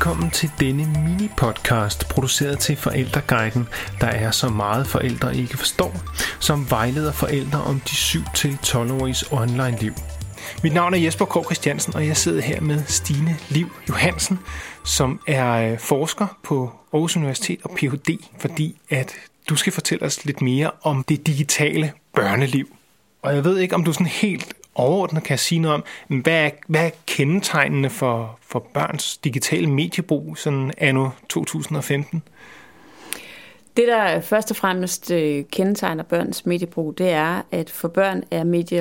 Velkommen til denne mini-podcast, produceret til Forældreguiden, der er så meget forældre ikke forstår, som vejleder forældre om de 7-12-åriges online-liv. Mit navn er Jesper K. Christiansen, og jeg sidder her med Stine Liv Johansen, som er forsker på Aarhus Universitet og Ph.D., fordi at du skal fortælle os lidt mere om det digitale børneliv. Og jeg ved ikke, om du sådan helt overordnet kan sige noget om, hvad er kendetegnene for børns digitale mediebrug sådan anno 2015? Det, der først og fremmest kendetegner børns mediebrug, det er, at for børn er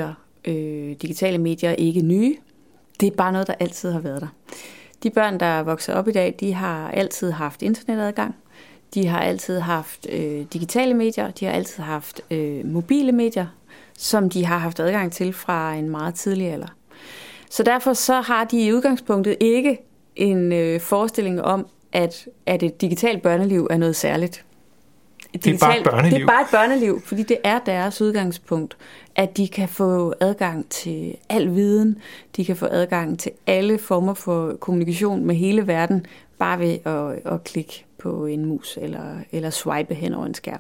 digitale medier ikke nye. Det er bare noget, der altid har været der. De børn, der vokser op i dag, de har altid haft internetadgang. De har altid haft digitale medier. De har altid haft mobile medier, som de har haft adgang til fra en meget tidlig alder. Så derfor så har de i udgangspunktet ikke en forestilling om, at et digitalt børneliv er noget særligt. Det er bare et børneliv. Det er bare et børneliv, fordi det er deres udgangspunkt, at de kan få adgang til al viden, de kan få adgang til alle former for kommunikation med hele verden, bare ved at klikke på en mus eller swipe hen over en skærm.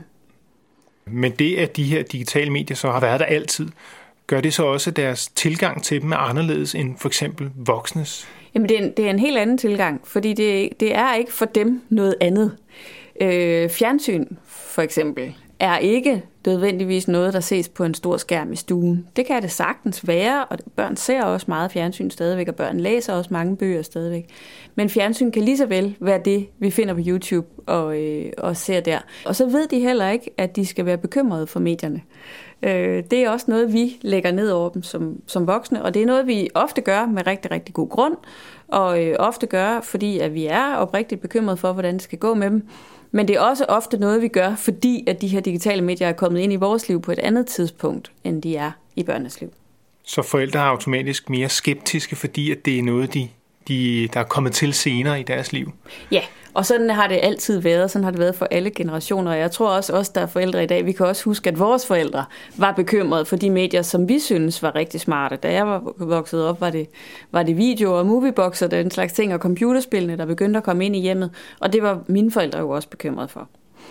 Men det, at de her digitale medier så har været der altid, gør det så også, at deres tilgang til dem er anderledes end for eksempel voksnes? Jamen det er en helt anden tilgang, fordi det er ikke for dem noget andet. Fjernsyn for eksempel er ikke nødvendigvis noget, der ses på en stor skærm i stuen. Det kan det sagtens være, og børn ser også meget fjernsyn stadigvæk, og børn læser også mange bøger stadigvæk. Men fjernsyn kan lige så vel være det, vi finder på YouTube og ser der. Og så ved de heller ikke, at de skal være bekymrede for medierne. Det er også noget, vi lægger ned over dem som voksne, og det er noget, vi ofte gør med rigtig, rigtig god grund, og ofte gør, fordi at vi er oprigtigt bekymrede for, hvordan det skal gå med dem. Men det er også ofte noget, vi gør, fordi at de her digitale medier er kommet ind i vores liv på et andet tidspunkt, end de er i børnenes liv. Så forældre er automatisk mere skeptiske, fordi at det er noget, der er kommet til senere i deres liv? Ja, og sådan har det altid været. Sådan har det været for alle generationer. Og jeg tror også, os der er forældre i dag, vi kan også huske, at vores forældre var bekymrede for de medier, som vi synes var rigtig smarte. Da jeg var vokset op, var det video og moviebox og den slags ting, og computerspillene, der begyndte at komme ind i hjemmet. Og det var mine forældre jo også bekymrede for.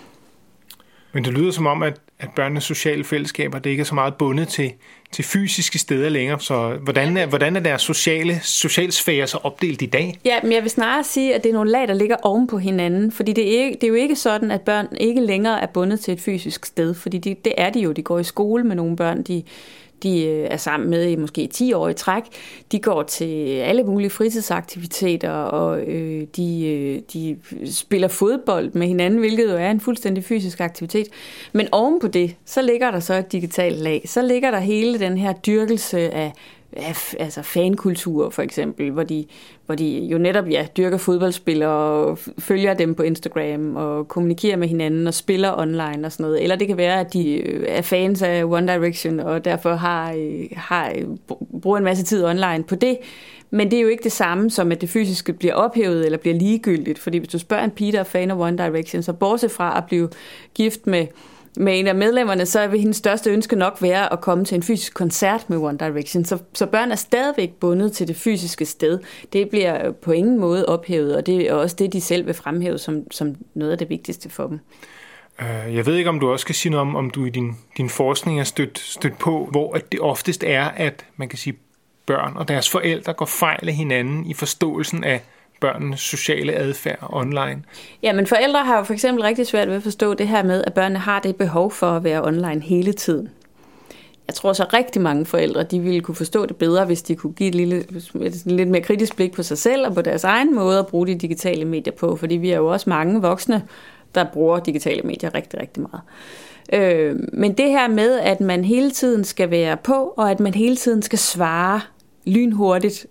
Men det lyder som om, at børnenes sociale fællesskaber, det ikke er så meget bundet til fysiske steder længere. Så hvordan er deres socialsfære så opdelt i dag? Ja, men jeg vil snarere sige, at det er nogle lag, der ligger oven på hinanden. Fordi det er jo ikke sådan, at børn ikke længere er bundet til et fysisk sted. Fordi det er de jo. De går i skole med nogle børn, de er sammen med i måske 10 år i træk. De går til alle mulige fritidsaktiviteter, og de spiller fodbold med hinanden, hvilket jo er en fuldstændig fysisk aktivitet. Men oven på det, så ligger der så et digitalt lag. Så ligger der hele den her dyrkelse af altså fankultur for eksempel, hvor de jo netop dyrker fodboldspillere og følger dem på Instagram og kommunikerer med hinanden og spiller online og sådan noget. Eller det kan være, at de er fans af One Direction og derfor bruger en masse tid online på det. Men det er jo ikke det samme som, at det fysiske bliver ophævet eller bliver ligegyldigt. Fordi hvis du spørger en pige, der er fan af One Direction, så bortset fra at blive gift med en af medlemmerne, så vil hendes største ønske nok være at komme til en fysisk koncert med One Direction. Så børn er stadigvæk bundet til det fysiske sted. Det bliver på ingen måde ophævet, og det er også det, de selv vil fremhæve som noget af det vigtigste for dem. Jeg ved ikke, om du også skal sige noget om du i din forskning er stødt på, hvor det oftest er, at man kan sige, børn og deres forældre går fejl af hinanden i forståelsen af børnenes sociale adfærd online. Ja, men forældre har jo for eksempel rigtig svært ved at forstå det her med, at børnene har det behov for at være online hele tiden. Jeg tror så rigtig mange forældre, de ville kunne forstå det bedre, hvis de kunne give et lidt mere kritisk blik på sig selv og på deres egen måde at bruge de digitale medier på, fordi vi er jo også mange voksne, der bruger digitale medier rigtig, rigtig meget. Men det her med, at man hele tiden skal være på, og at man hele tiden skal svare lynhurtigt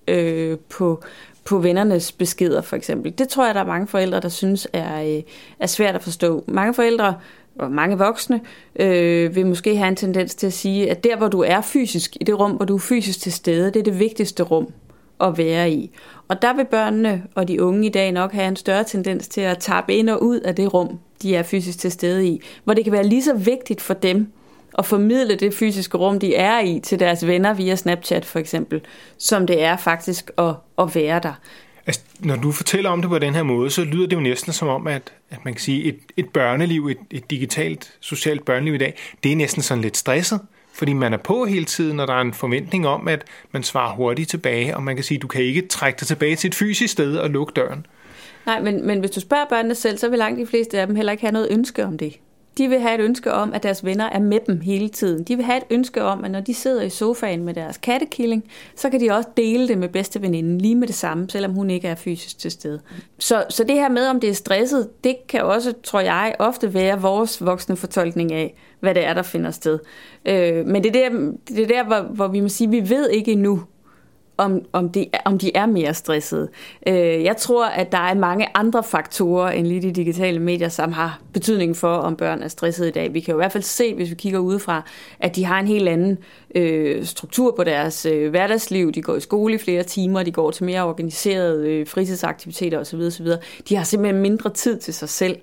på vennernes beskeder for eksempel. Det tror jeg, der er mange forældre, der synes er svært at forstå. Mange forældre og mange voksne vil måske have en tendens til at sige, at der, hvor du er fysisk, i det rum, hvor du er fysisk til stede, det er det vigtigste rum at være i. Og der vil børnene og de unge i dag nok have en større tendens til at tappe ind og ud af det rum, de er fysisk til stede i, hvor det kan være lige så vigtigt for dem at formidle det fysiske rum, de er i, til deres venner via Snapchat for eksempel, som det er faktisk at være der. Altså, når du fortæller om det på den her måde, så lyder det jo næsten som om, at man kan sige, et børneliv, et digitalt, socialt børneliv i dag, det er næsten sådan lidt stresset, fordi man er på hele tiden, og der er en forventning om, at man svarer hurtigt tilbage, og man kan sige, at du kan ikke trække dig tilbage til et fysisk sted og lukke døren. Nej, men hvis du spørger børnene selv, så vil langt de fleste af dem heller ikke have noget ønske om det. De vil have et ønske om, at deres venner er med dem hele tiden. De vil have et ønske om, at når de sidder i sofaen med deres kattekilling, så kan de også dele det med bedste veninde lige med det samme, selvom hun ikke er fysisk til stede. Så det her med, om det er stresset, det kan også, tror jeg, ofte være vores voksne fortolkning af, hvad det er, der finder sted. Men det er der, hvor vi må sige, vi ved ikke endnu, om de er mere stressede. Jeg tror, at der er mange andre faktorer end lige de digitale medier, som har betydning for, om børn er stressede i dag. Vi kan jo i hvert fald se, hvis vi kigger udefra, at de har en helt anden struktur på deres hverdagsliv. De går i skole i flere timer, de går til mere organiserede fritidsaktiviteter osv. osv. De har simpelthen mindre tid til sig selv.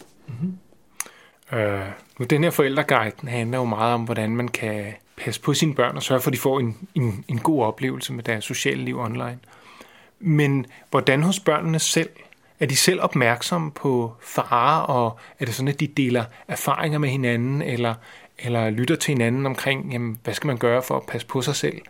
Mm-hmm. Nu den her forældreguiden handler jo meget om, hvordan man kan passe på sine børn og sørge for, at de får en god oplevelse med deres sociale liv online. Men hvordan hos børnene selv? Er de selv opmærksomme på farer, og er det sådan, at de deler erfaringer med hinanden, eller lytter til hinanden omkring, jamen, hvad skal man gøre for at passe på sig selv?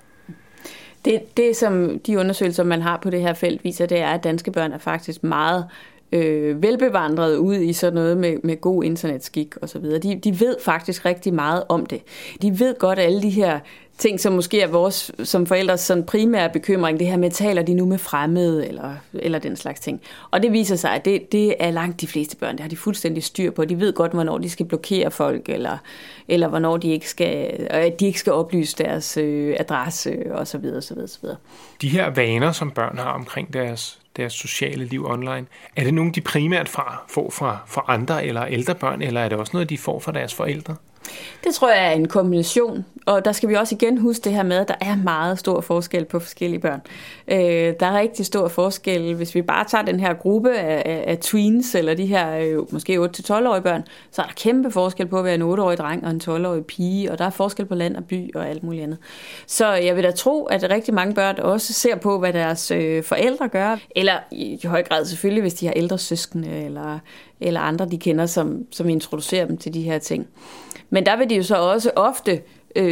Det som de undersøgelser, man har på det her felt, viser, det er, at danske børn er faktisk meget velbevandret ud i sådan noget med god internetskik og så videre. De ved faktisk rigtig meget om det. De ved godt alle de her ting, som måske er vores som forældres sådan primære bekymring, det her med, taler de nu med fremmede eller den slags ting. Og det viser sig, at det er langt de fleste børn, det har de fuldstændig styr på. De ved godt, hvornår de skal blokere folk, eller hvornår de ikke skal oplyse deres adresse og så videre, så videre, så videre. De her vaner, som børn har omkring deres sociale liv online, er det nogle, de primært får fra andre eller ældre børn, eller er det også noget, de får fra deres forældre? Det tror jeg er en kombination, og der skal vi også igen huske det her med, at der er meget stor forskel på forskellige børn. Der er rigtig stor forskel, hvis vi bare tager den her gruppe af tweens, eller de her måske 8-12-årige børn, så er der kæmpe forskel på at være en 8-årig dreng og en 12-årig pige, og der er forskel på land og by og alt muligt andet. Så jeg vil da tro, at rigtig mange børn også ser på, hvad deres forældre gør, eller i høj grad selvfølgelig, hvis de har ældre søskende, eller andre, de kender, som introducerer dem til de her ting. Men der vil de jo så også ofte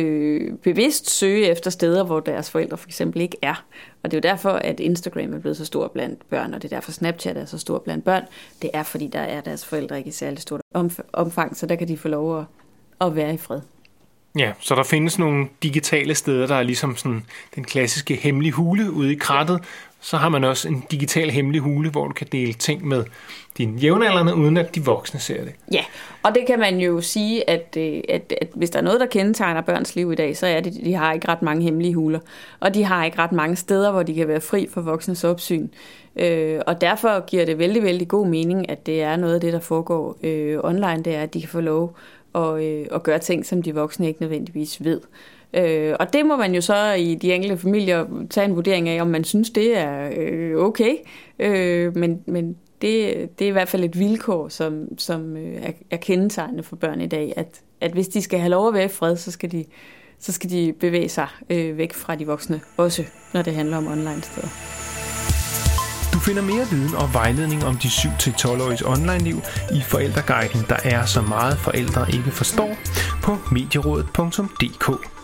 bevidst søge efter steder, hvor deres forældre for eksempel ikke er. Og det er jo derfor, at Instagram er blevet så stor blandt børn, og det er derfor, Snapchat er så stor blandt børn. Det er, fordi der er deres forældre ikke i særlig stort omfang, så der kan de få lov at være i fred. Ja, så der findes nogle digitale steder, der er ligesom sådan den klassiske hemmelige hule ude i krattet. Så har man også en digital hemmelig hule, hvor du kan dele ting med dine jævnaldrende, uden at de voksne ser det. Ja, og det kan man jo sige, at hvis der er noget, der kendetegner børns liv i dag, så er det, de har ikke ret mange hemmelige huler. Og de har ikke ret mange steder, hvor de kan være fri for voksnes opsyn. Og derfor giver det vældig, vældig god mening, at det er noget af det, der foregår online. Det er, at de kan få lov at gøre ting, som de voksne ikke nødvendigvis ved. Og det må man jo så i de enkelte familier tage en vurdering af, om man synes, det er okay. Men det er i hvert fald et vilkår, som er kendetegnende for børn i dag, at hvis de skal have lov at være i fred, så skal de bevæge sig væk fra de voksne, også når det handler om online-steder. Du finder mere viden og vejledning om de 7-12-åriges online-liv i Forældreguiden, der er så meget forældre ikke forstår, på medierådet.dk.